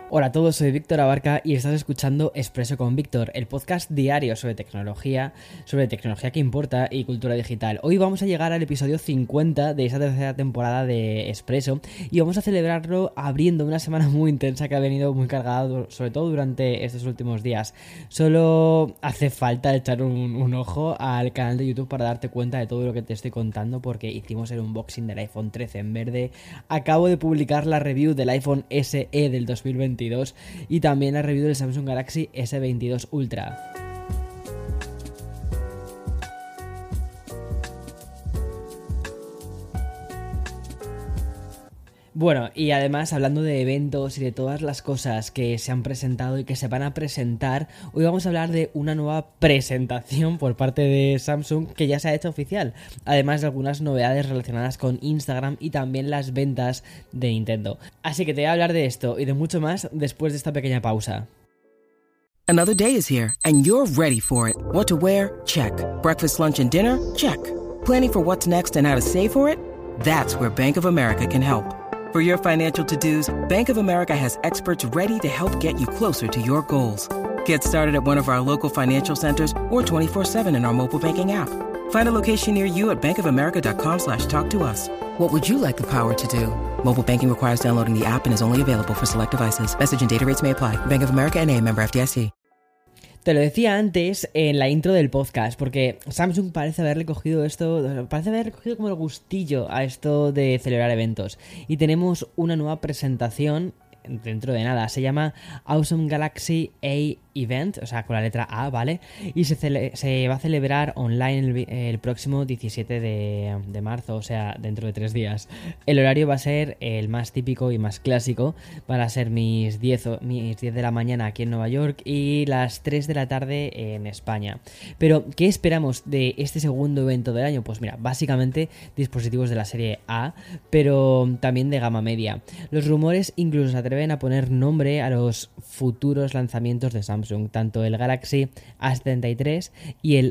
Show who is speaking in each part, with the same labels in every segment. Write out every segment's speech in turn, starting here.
Speaker 1: Hola a todos, soy Víctor Abarca y estás escuchando Expreso con Víctor, el podcast diario sobre tecnología que importa y cultura digital. Hoy vamos a llegar al episodio 50 de esta tercera temporada de Expreso y vamos a celebrarlo abriendo una semana muy intensa que ha venido muy cargada, sobre todo durante estos últimos días. Solo hace falta echar un ojo al canal de YouTube para darte cuenta de todo lo que te estoy contando, porque hicimos el unboxing del iPhone 13 en verde, acabo de publicar la review del iPhone SE del 2022 y también la review del Samsung Galaxy S22 Ultra. Bueno, y además, hablando de eventos y de todas las cosas que se han presentado y que se van a presentar, hoy vamos a hablar de una nueva presentación por parte de Samsung que ya se ha hecho oficial, además de algunas novedades relacionadas con Instagram y también las ventas de Nintendo. Así que te voy a hablar de esto y de mucho más después de esta pequeña pausa.
Speaker 2: Another day is here, and you're ready for it. What to wear? Check. Breakfast, lunch, and dinner? Check. Planning for what's next and how to save for it? That's where Bank of America can help. For your financial to-dos, Bank of America has experts ready to help get you closer to your goals. Get started at one of our local financial centers or 24/7 in our mobile banking app. Find a location near you at bankofamerica.com/talktous. What would you like the power to do? Mobile banking requires downloading the app and is only available for select devices. Message and data rates may apply. Bank of America N.A., member FDIC.
Speaker 1: Te lo decía antes en la intro del podcast, porque Samsung parece haber cogido como el gustillo a esto de celebrar eventos. Y tenemos una nueva presentación dentro de nada, se llama Awesome Galaxy A Event, o sea, con la letra A, ¿vale? Y se va a celebrar online el próximo 17 de marzo, o sea, dentro de 3 días. El horario va a ser el más típico y más clásico, van a ser mis 10 de la mañana aquí en Nueva York y las 3 de la tarde en España. Pero, ¿qué esperamos de este segundo evento del año? Pues mira, básicamente dispositivos de la serie A, pero también de gama media. Los rumores incluso se atreven a poner nombre a los futuros lanzamientos de Samsung. Tanto el Galaxy A73 y el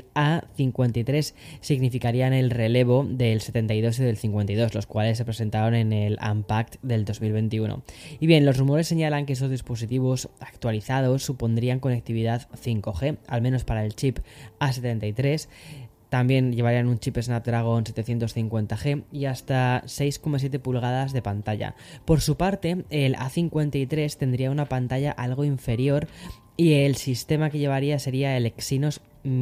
Speaker 1: A53 significarían el relevo del 72 y del 52, los cuales se presentaron en el Unpacked del 2021. Y bien, los rumores señalan que esos dispositivos actualizados supondrían conectividad 5G, al menos para el chip A73. También llevarían un chip Snapdragon 750G y hasta 6,7 pulgadas de pantalla. Por su parte, el A53 tendría una pantalla algo inferior y el sistema que llevaría sería el Exynos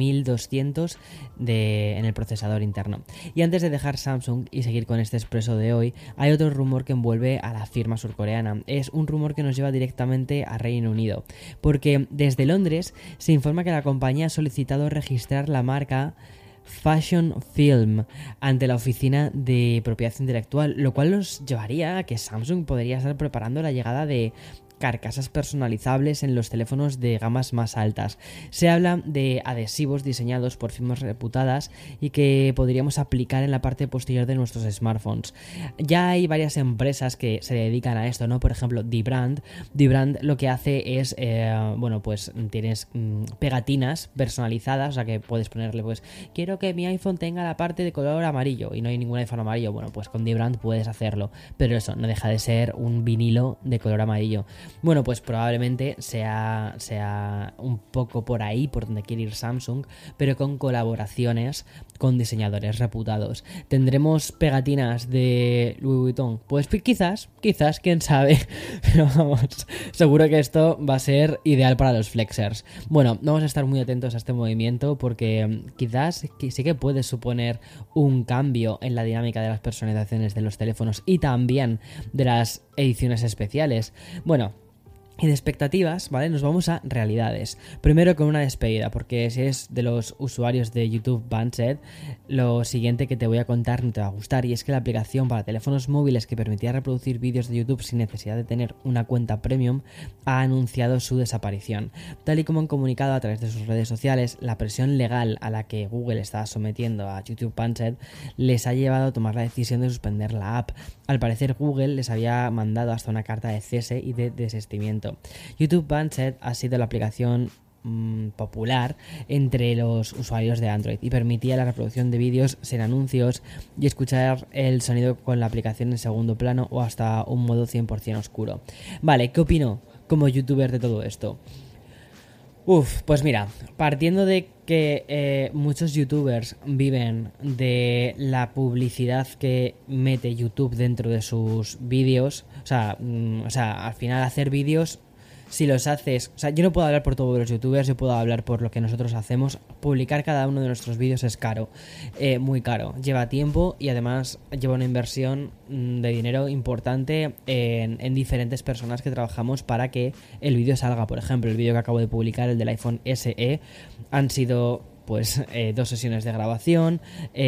Speaker 1: 1200 en el procesador interno. Y antes de dejar Samsung y seguir con este expreso de hoy, hay otro rumor que envuelve a la firma surcoreana. Es un rumor que nos lleva directamente a Reino Unido, porque desde Londres se informa que la compañía ha solicitado registrar la marca Fashion Film ante la oficina de propiedad intelectual, lo cual nos llevaría a que Samsung podría estar preparando la llegada de carcasas personalizables en los teléfonos de gamas más altas. Se habla de adhesivos diseñados por firmas reputadas y que podríamos aplicar en la parte posterior de nuestros smartphones. Ya hay varias empresas que se dedican a esto, ¿no? Por ejemplo, Dbrand lo que hace es, pues tienes pegatinas personalizadas, o sea que puedes ponerle, pues, quiero que mi iPhone tenga la parte de color amarillo y no hay ningún iPhone amarillo. Bueno, pues con Dbrand puedes hacerlo, pero eso no deja de ser un vinilo de color amarillo. Bueno, pues probablemente sea un poco por ahí por donde quiere ir Samsung, pero con colaboraciones con diseñadores reputados. ¿Tendremos pegatinas de Louis Vuitton? Pues quizás, quién sabe, pero vamos, seguro que esto va a ser ideal para los flexers. Bueno, vamos a estar muy atentos a este movimiento porque quizás sí que puede suponer un cambio en la dinámica de las personalizaciones de los teléfonos y también de las ediciones especiales. Bueno, y de expectativas, ¿vale? Nos vamos a realidades. Primero con una despedida, porque si eres de los usuarios de YouTube Bandset, lo siguiente que te voy a contar no te va a gustar, y es que la aplicación para teléfonos móviles que permitía reproducir vídeos de YouTube sin necesidad de tener una cuenta premium ha anunciado su desaparición. Tal y como han comunicado a través de sus redes sociales, la presión legal a la que Google está sometiendo a YouTube Bandset les ha llevado a tomar la decisión de suspender la app. Al parecer, Google les había mandado hasta una carta de cese y de desistimiento. YouTube Bandset ha sido la aplicación popular entre los usuarios de Android y permitía la reproducción de vídeos sin anuncios y escuchar el sonido con la aplicación en segundo plano o hasta un modo 100% oscuro. Vale, ¿qué opino? como youtuber de todo esto? Pues mira, partiendo de que muchos youtubers viven de la publicidad que mete YouTube dentro de sus vídeos, o sea, al final hacer vídeos, si los haces, o sea, yo no puedo hablar por todos los youtubers, yo puedo hablar por lo que nosotros hacemos. Publicar cada uno de nuestros vídeos es caro, muy caro, lleva tiempo y además lleva una inversión de dinero importante en diferentes personas que trabajamos para que el vídeo salga. Por ejemplo, el vídeo que acabo de publicar, el del iPhone SE, han sido pues 2 sesiones de grabación,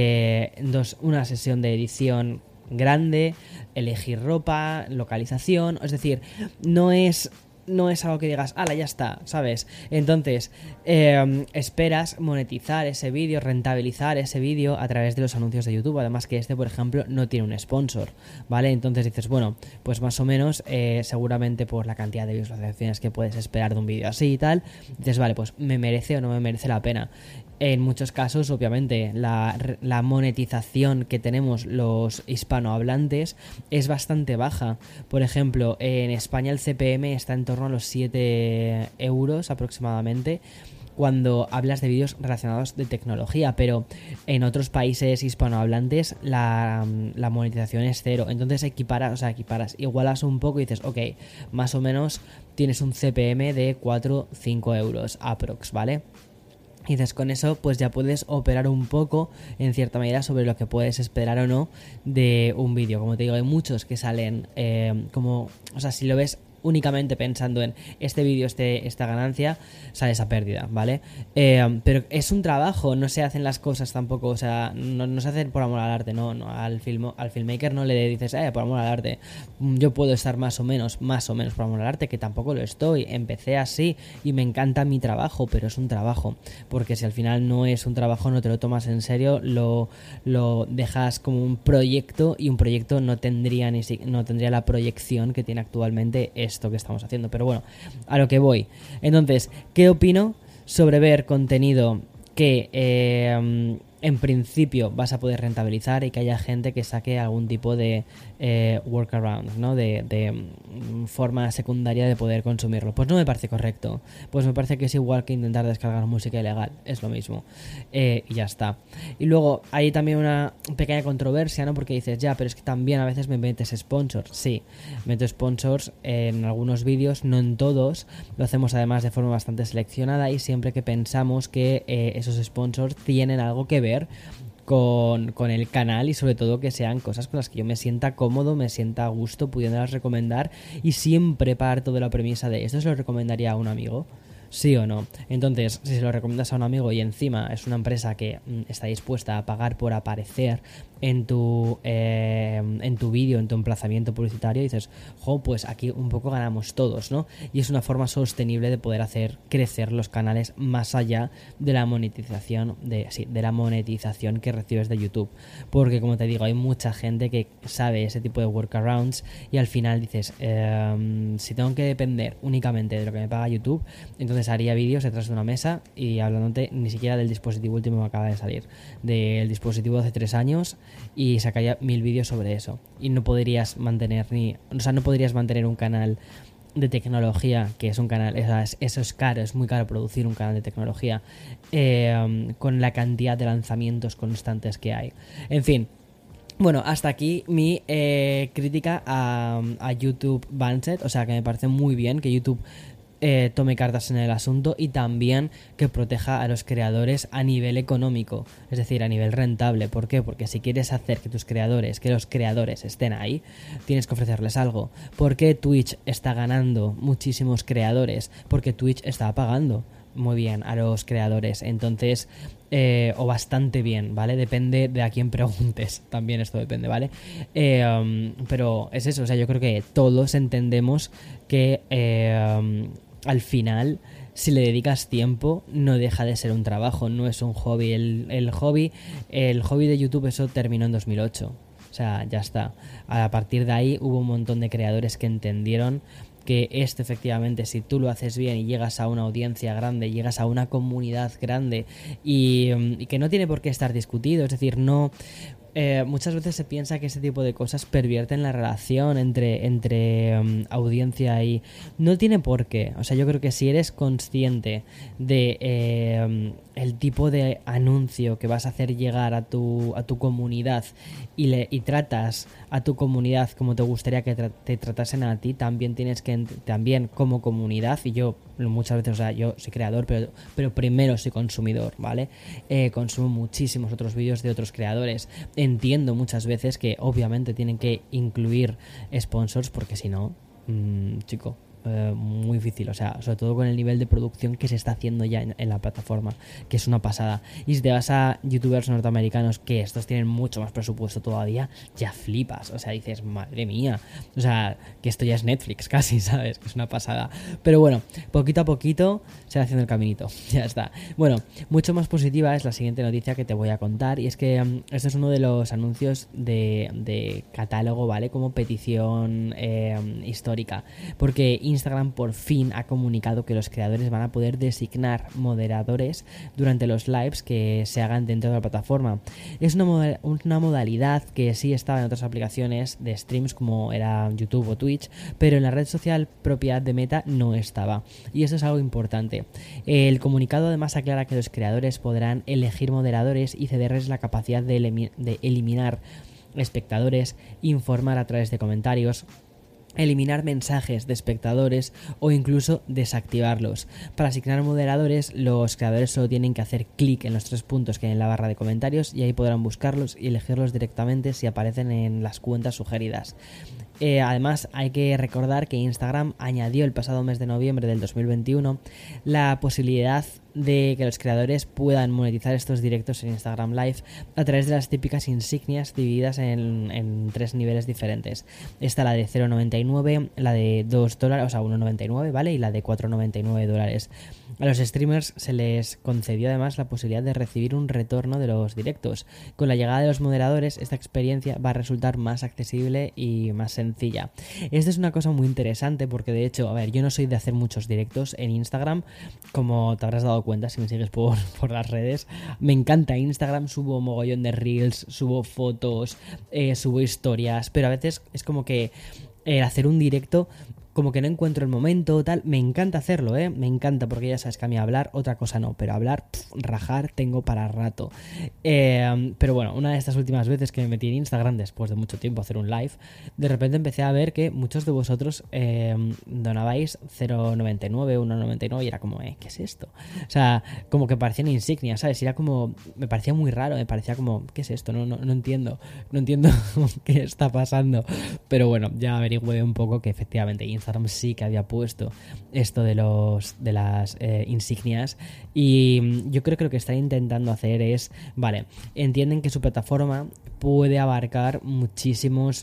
Speaker 1: una sesión de edición grande, elegir ropa, localización, es decir, no es algo que digas, ¡hala, ya está!, ¿sabes? Entonces, esperas monetizar ese vídeo, rentabilizar ese vídeo a través de los anuncios de YouTube. Además que por ejemplo, no tiene un sponsor, ¿vale? Entonces dices, bueno, pues más o menos, seguramente por la cantidad de visualizaciones que puedes esperar de un vídeo así y tal, dices, vale, pues me merece o no me merece la pena. En muchos casos, obviamente, la monetización que tenemos los hispanohablantes es bastante baja. Por ejemplo, en España el CPM está en torno a los 7 euros aproximadamente cuando hablas de vídeos relacionados de tecnología, pero en otros países hispanohablantes la monetización es cero. Entonces equiparas, igualas un poco y dices, ok, más o menos tienes un CPM de 4-5 euros aprox, ¿vale? Y dices, con eso pues ya puedes operar un poco en cierta medida sobre lo que puedes esperar o no de un vídeo. Como te digo, hay muchos que salen si lo ves únicamente pensando en este vídeo, esta ganancia, sale esa pérdida, ¿vale? Pero es un trabajo, no se hacen las cosas tampoco, o sea, no se hacen por amor al arte, no al filmmaker no le dices, por amor al arte. Yo puedo estar más o menos por amor al arte, que tampoco lo estoy, empecé así y me encanta mi trabajo, pero es un trabajo, porque si al final no es un trabajo, no te lo tomas en serio, lo dejas como un proyecto, y un proyecto no tendría la proyección que tiene actualmente esto que estamos haciendo. Pero bueno, a lo que voy. Entonces, ¿qué opino sobre ver contenido que en principio vas a poder rentabilizar y que haya gente que saque algún tipo de workaround, ¿no? De forma secundaria de poder consumirlo? Pues no me parece correcto. Pues me parece que es igual que intentar descargar música ilegal. Es lo mismo. Y ya está. Y luego hay también una pequeña controversia, ¿no? Porque dices, ya, pero es que también a veces me metes sponsors. Sí, meto sponsors en algunos vídeos, no en todos. Lo hacemos además de forma bastante seleccionada y siempre que pensamos que esos sponsors tienen algo que ver con el canal, y sobre todo que sean cosas con las que yo me sienta cómodo, me sienta a gusto pudiéndolas recomendar, y siempre parto de la premisa de esto se lo recomendaría a un amigo, ¿sí o no? Entonces, si se lo recomiendas a un amigo y encima es una empresa que está dispuesta a pagar por aparecer en tu vídeo, en tu emplazamiento publicitario, dices, pues aquí un poco ganamos todos, ¿no? Y es una forma sostenible de poder hacer crecer los canales más allá de la monetización de la monetización que recibes de YouTube, porque como te digo, hay mucha gente que sabe ese tipo de workarounds y al final dices, si tengo que depender únicamente de lo que me paga YouTube, entonces haría vídeos detrás de una mesa y hablándote ni siquiera del dispositivo último que acaba de salir, del dispositivo de hace 3 años, y sacaría 1000 vídeos sobre eso, y no podrías mantener un canal de tecnología, que es un canal, eso es caro, es muy caro producir un canal de tecnología con la cantidad de lanzamientos constantes que hay. En fin, bueno, hasta aquí mi crítica a YouTube Bandset. O sea, que me parece muy bien que YouTube tome cartas en el asunto, y también que proteja a los creadores a nivel económico, es decir, a nivel rentable. ¿Por qué? Porque si quieres hacer que los creadores estén ahí, tienes que ofrecerles algo. ¿Por qué Twitch está ganando muchísimos creadores? Porque Twitch está pagando muy bien a los creadores, entonces o bastante bien, ¿vale? Depende de a quién preguntes, también esto depende, ¿vale? Pero es eso, o sea, yo creo que todos entendemos que al final, si le dedicas tiempo, no deja de ser un trabajo, no es un hobby. El hobby de YouTube, eso terminó en 2008, o sea, ya está. A partir de ahí hubo un montón de creadores que entendieron que esto, efectivamente, si tú lo haces bien y llegas a una audiencia grande, llegas a una comunidad grande, y que no tiene por qué estar discutido, es decir, no muchas veces se piensa que este tipo de cosas pervierten la relación entre audiencia y... No tiene por qué. O sea, yo creo que si eres consciente de el tipo de anuncio que vas a hacer llegar a tu comunidad y tratas a tu comunidad como te gustaría que te tratasen a ti, también tienes que, también como comunidad, y yo muchas veces, o sea, yo soy creador, pero primero soy consumidor, ¿vale? Consumo muchísimos otros vídeos de otros creadores. Entiendo muchas veces que obviamente tienen que incluir sponsors, porque si no, chico, muy difícil, o sea, sobre todo con el nivel de producción que se está haciendo ya en la plataforma, que es una pasada. Y si te vas a youtubers norteamericanos, que estos tienen mucho más presupuesto todavía, ya flipas, o sea, dices, madre mía, o sea, que esto ya es Netflix casi, ¿sabes? Que es una pasada. Pero bueno, poquito a poquito se va haciendo el caminito, ya está. Bueno, mucho más positiva es la siguiente noticia que te voy a contar, y es que este es uno de los anuncios de catálogo, ¿vale? Como petición histórica, porque Instagram por fin ha comunicado que los creadores van a poder designar moderadores durante los lives que se hagan dentro de la plataforma. Es una modalidad que sí estaba en otras aplicaciones de streams como era YouTube o Twitch, pero en la red social propiedad de Meta no estaba. Y eso es algo importante. El comunicado además aclara que los creadores podrán elegir moderadores y cederles la capacidad de eliminar espectadores, informar a través de comentarios, eliminar mensajes de espectadores o incluso desactivarlos. Para asignar moderadores, los creadores solo tienen que hacer clic en los 3 puntos que hay en la barra de comentarios y ahí podrán buscarlos y elegirlos directamente si aparecen en las cuentas sugeridas. Además, hay que recordar que Instagram añadió el pasado mes de noviembre del 2021 la posibilidad de que los creadores puedan monetizar estos directos en Instagram Live a través de las típicas insignias divididas en 3 niveles diferentes. Está la de $0.99, la de $2, o sea, $1.99, ¿vale? Y la de $4.99. A los streamers se les concedió además la posibilidad de recibir un retorno de los directos. Con la llegada de los moderadores, esta experiencia va a resultar más accesible y más sencilla. Esto es una cosa muy interesante porque, de hecho, a ver, yo no soy de hacer muchos directos en Instagram, como te habrás dado cuenta si me sigues por las redes. Me encanta Instagram, subo mogollón de reels, subo fotos, subo historias, pero a veces es como que hacer un directo como que no encuentro el momento, tal. Me encanta hacerlo, me encanta, porque ya sabes que a mí hablar, otra cosa no, pero hablar, rajar, tengo para rato. Pero bueno, una de estas últimas veces que me metí en Instagram, después de mucho tiempo hacer un live, de repente empecé a ver que muchos de vosotros donabais $0.99, $1.99, y era como, ¿qué es esto? O sea, como que parecían insignias, ¿sabes? Y era como, me parecía muy raro, me parecía como, ¿qué es esto? No entiendo qué está pasando. Pero bueno, ya averigüé un poco que efectivamente Instagram sí que había puesto esto de las insignias, y yo creo que lo que están intentando hacer es, vale, entienden que su plataforma puede abarcar muchísimos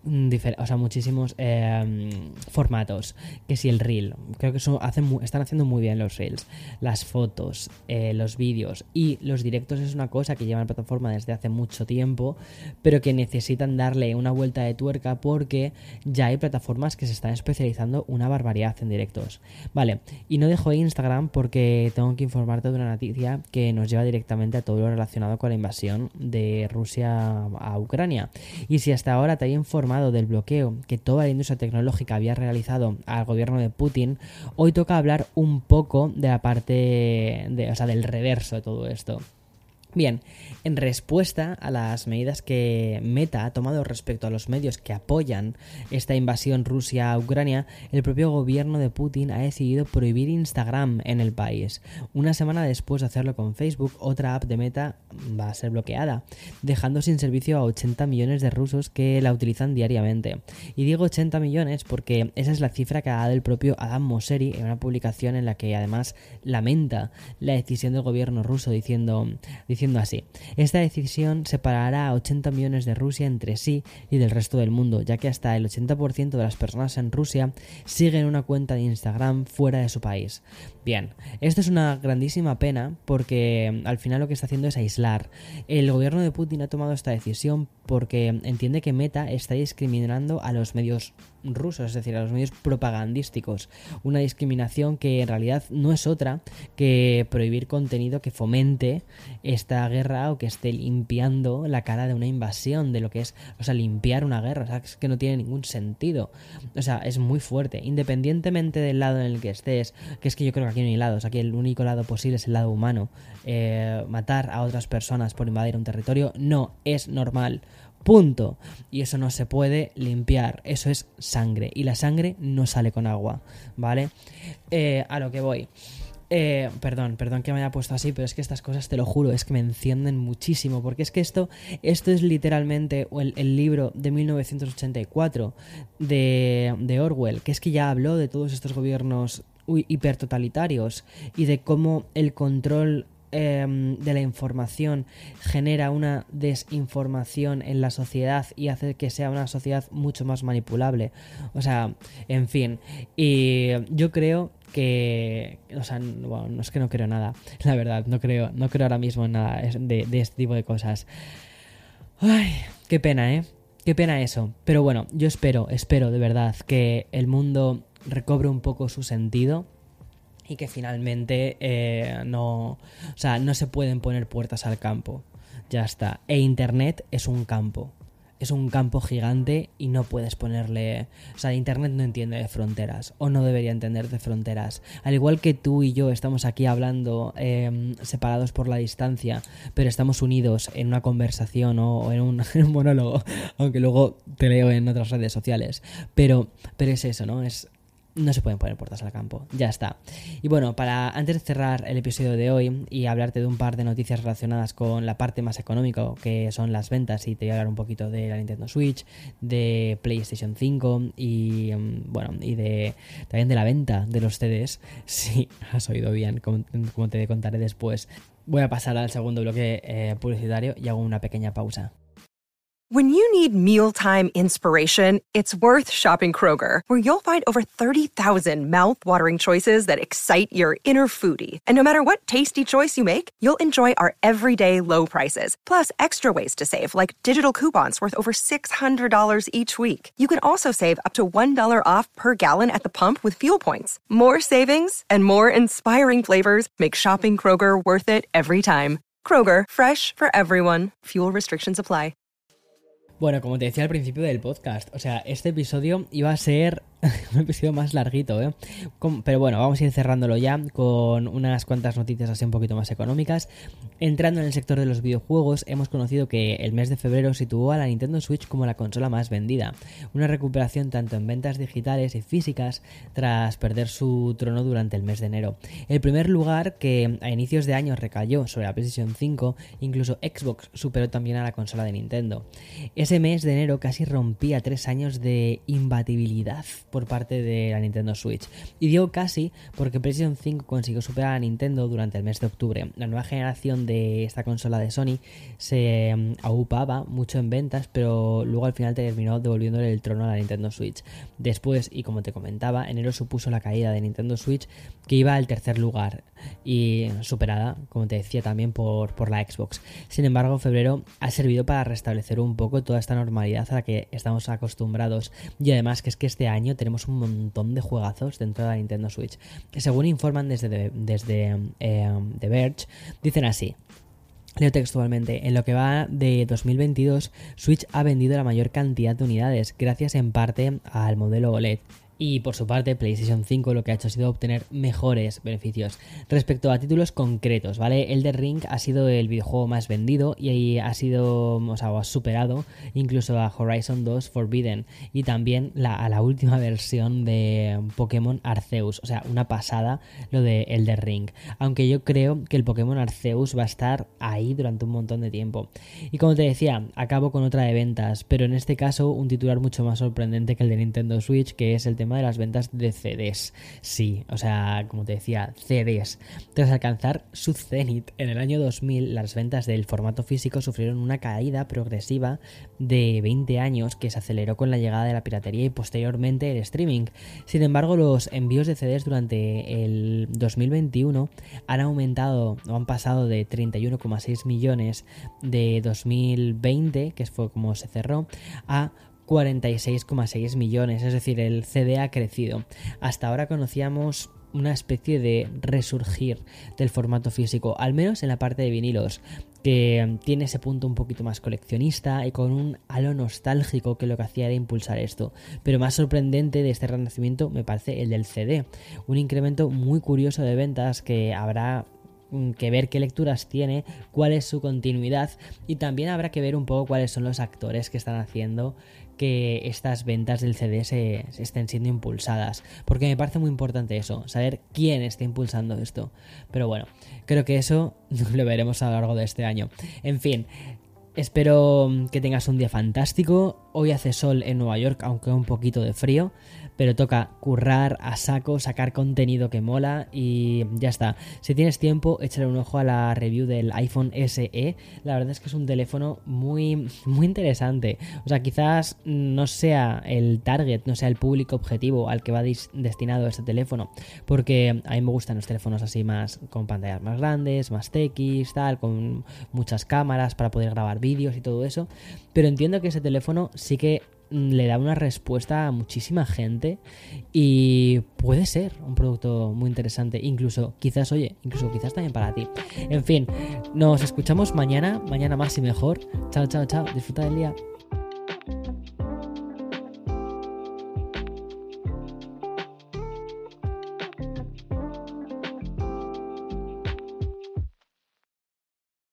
Speaker 1: formatos, que si el reel, creo que eso están haciendo muy bien los reels, las fotos, los vídeos y los directos. Es una cosa que lleva la plataforma desde hace mucho tiempo, pero que necesitan darle una vuelta de tuerca porque ya hay plataformas que se están especializando una barbaridad en directos. Vale, y no dejo Instagram porque tengo que informarte de una noticia que nos lleva directamente a todo lo relacionado con la invasión de Rusia a Ucrania. Y si hasta ahora te he informado del bloqueo que toda la industria tecnológica había realizado al gobierno de Putin, hoy toca hablar un poco de la parte del reverso de todo esto. Bien, en respuesta a las medidas que Meta ha tomado respecto a los medios que apoyan esta invasión Rusia a Ucrania, el propio gobierno de Putin ha decidido prohibir Instagram en el país. Una semana después de hacerlo con Facebook, otra app de Meta va a ser bloqueada, dejando sin servicio a 80 millones de rusos que la utilizan diariamente. Y digo 80 millones porque esa es la cifra que ha dado el propio Adam Mosseri en una publicación en la que además lamenta la decisión del gobierno ruso diciendo así: esta decisión separará a 80 millones de Rusia entre sí y del resto del mundo, ya que hasta el 80% de las personas en Rusia siguen una cuenta de Instagram fuera de su país. Bien, esto es una grandísima pena porque al final lo que está haciendo es aislar. El gobierno de Putin ha tomado esta decisión porque entiende que Meta está discriminando a los medios rusos, es decir, a los medios propagandísticos. Una discriminación que en realidad no es otra que prohibir contenido que fomente esta guerra o que esté limpiando la cara de una invasión, de lo que es, o sea, limpiar una guerra. O sea, es que no tiene ningún sentido. O sea, es muy fuerte. Independientemente del lado en el que estés, que es que yo creo que aquí no hay lados, aquí el único lado posible es el lado humano. Matar a otras personas por invadir un territorio no es normal. Punto. Y eso no se puede limpiar. Eso es sangre. Y la sangre no sale con agua, ¿vale? A lo que voy. Perdón que me haya puesto así, pero es que estas cosas, te lo juro, es que me encienden muchísimo, porque es que esto es literalmente el libro de 1984 de Orwell, que es que ya habló de todos estos gobiernos hipertotalitarios y de cómo el control de la información genera una desinformación en la sociedad y hace que sea una sociedad mucho más manipulable. O sea, en fin. Y yo creo que, o sea, bueno, no es que no creo nada, la verdad, no creo ahora mismo en nada de este tipo de cosas. Ay, qué pena, qué pena eso. Pero bueno, yo espero de verdad que el mundo recobre un poco su sentido y que finalmente no se pueden poner puertas al campo. Ya está. E Internet es un campo. Es un campo gigante y no puedes ponerle... O sea, Internet no entiende de fronteras, o no debería entender de fronteras. Al igual que tú y yo estamos aquí hablando separados por la distancia, pero estamos unidos en una conversación o en un monólogo, aunque luego te leo en otras redes sociales. Pero es eso, ¿no? No se pueden poner puertas al campo, ya está. Y bueno, antes de cerrar el episodio de hoy y hablarte de un par de noticias relacionadas con la parte más económica, que son las ventas, y te voy a hablar un poquito de la Nintendo Switch, de PlayStation 5 y bueno, y también de la venta de los CDs. Sí, has oído bien, como te contaré después. Voy a pasar al segundo bloque publicitario y hago una pequeña pausa.
Speaker 3: When you need mealtime inspiration, it's worth shopping Kroger, where you'll find over 30,000 mouth-watering choices that excite your inner foodie. And no matter what tasty choice you make, you'll enjoy our everyday low prices, plus extra ways to save, like digital coupons worth over $600 each week. You can also save up to $1 off per gallon at the pump with fuel points. More savings and more inspiring flavors make shopping Kroger worth it every time. Kroger, fresh for everyone. Fuel restrictions apply.
Speaker 1: Bueno, como te decía al principio del podcast, o sea, este episodio iba a ser un episodio más larguito, pero bueno, vamos a ir cerrándolo ya con unas cuantas noticias así un poquito más económicas. Entrando en el sector de los videojuegos, hemos conocido que el mes de febrero situó a la Nintendo Switch como la consola más vendida. Una recuperación tanto en ventas digitales y físicas tras perder su trono durante el mes de enero. El primer lugar, que a inicios de año recayó sobre la PlayStation 5, incluso Xbox superó también a la consola de Nintendo. Ese mes de enero casi rompía 3 años de imbatibilidad por parte de la Nintendo Switch. Y digo casi porque PlayStation 5 consiguió superar a Nintendo durante el mes de octubre. La nueva generación de esta consola de Sony se aupaba mucho en ventas, pero luego al final terminó devolviéndole el trono a la Nintendo Switch. Después, y como te comentaba, enero supuso la caída de Nintendo Switch, que iba al tercer lugar y superada, como te decía, también por la Xbox. Sin embargo, febrero ha servido para restablecer un poco toda esta normalidad a la que estamos acostumbrados, y además que es que este año tenemos un montón de juegazos dentro de la Nintendo Switch. Según informan desde The Verge, dicen así. Leo textualmente: en lo que va de 2022, Switch ha vendido la mayor cantidad de unidades, gracias en parte al modelo OLED. Y por su parte, PlayStation 5 lo que ha hecho ha sido obtener mejores beneficios. Respecto a títulos concretos, ¿vale? Elden Ring ha sido el videojuego más vendido y ha superado incluso a Horizon 2 Forbidden y también a la última versión de Pokémon Arceus. O sea, una pasada lo de Elden Ring. Aunque yo creo que el Pokémon Arceus va a estar ahí durante un montón de tiempo. Y como te decía, acabo con otra de ventas, pero en este caso un titular mucho más sorprendente que el de Nintendo Switch, que es el tema de las ventas de CDs. Sí, o sea, como te decía, CDs. Tras alcanzar su cenit en el año 2000, las ventas del formato físico sufrieron una caída progresiva de 20 años que se aceleró con la llegada de la piratería y posteriormente el streaming. Sin embargo, los envíos de CDs durante el 2021 han pasado de 31,6 millones de 2020, que fue como se cerró, a 46,6 millones, es decir, el CD ha crecido. Hasta ahora conocíamos una especie de resurgir del formato físico, al menos en la parte de vinilos, que tiene ese punto un poquito más coleccionista y con un halo nostálgico que lo que hacía era impulsar esto. Pero más sorprendente de este renacimiento me parece el del CD, un incremento muy curioso de ventas que habrá que ver qué lecturas tiene, cuál es su continuidad, y también habrá que ver un poco cuáles son los actores que están haciendo que estas ventas del CD se estén siendo impulsadas, porque me parece muy importante eso, saber quién está impulsando esto. Pero bueno, creo que eso lo veremos a lo largo de este año. En fin, espero que tengas un día fantástico. Hoy hace sol en Nueva York, aunque un poquito de frío, pero toca currar a saco, sacar contenido que mola y ya está. Si tienes tiempo, échale un ojo a la review del iPhone SE. La verdad es que es un teléfono muy, muy interesante. O sea, quizás no sea el target, no sea el público objetivo al que va destinado este teléfono, porque a mí me gustan los teléfonos así más, con pantallas más grandes, más techis, tal, con muchas cámaras para poder grabar vídeos y todo eso. Pero entiendo que ese teléfono sí que le da una respuesta a muchísima gente y puede ser un producto muy interesante, incluso quizás también para ti. En fin, nos escuchamos mañana más y mejor. Chao, chao, chao, disfruta del día.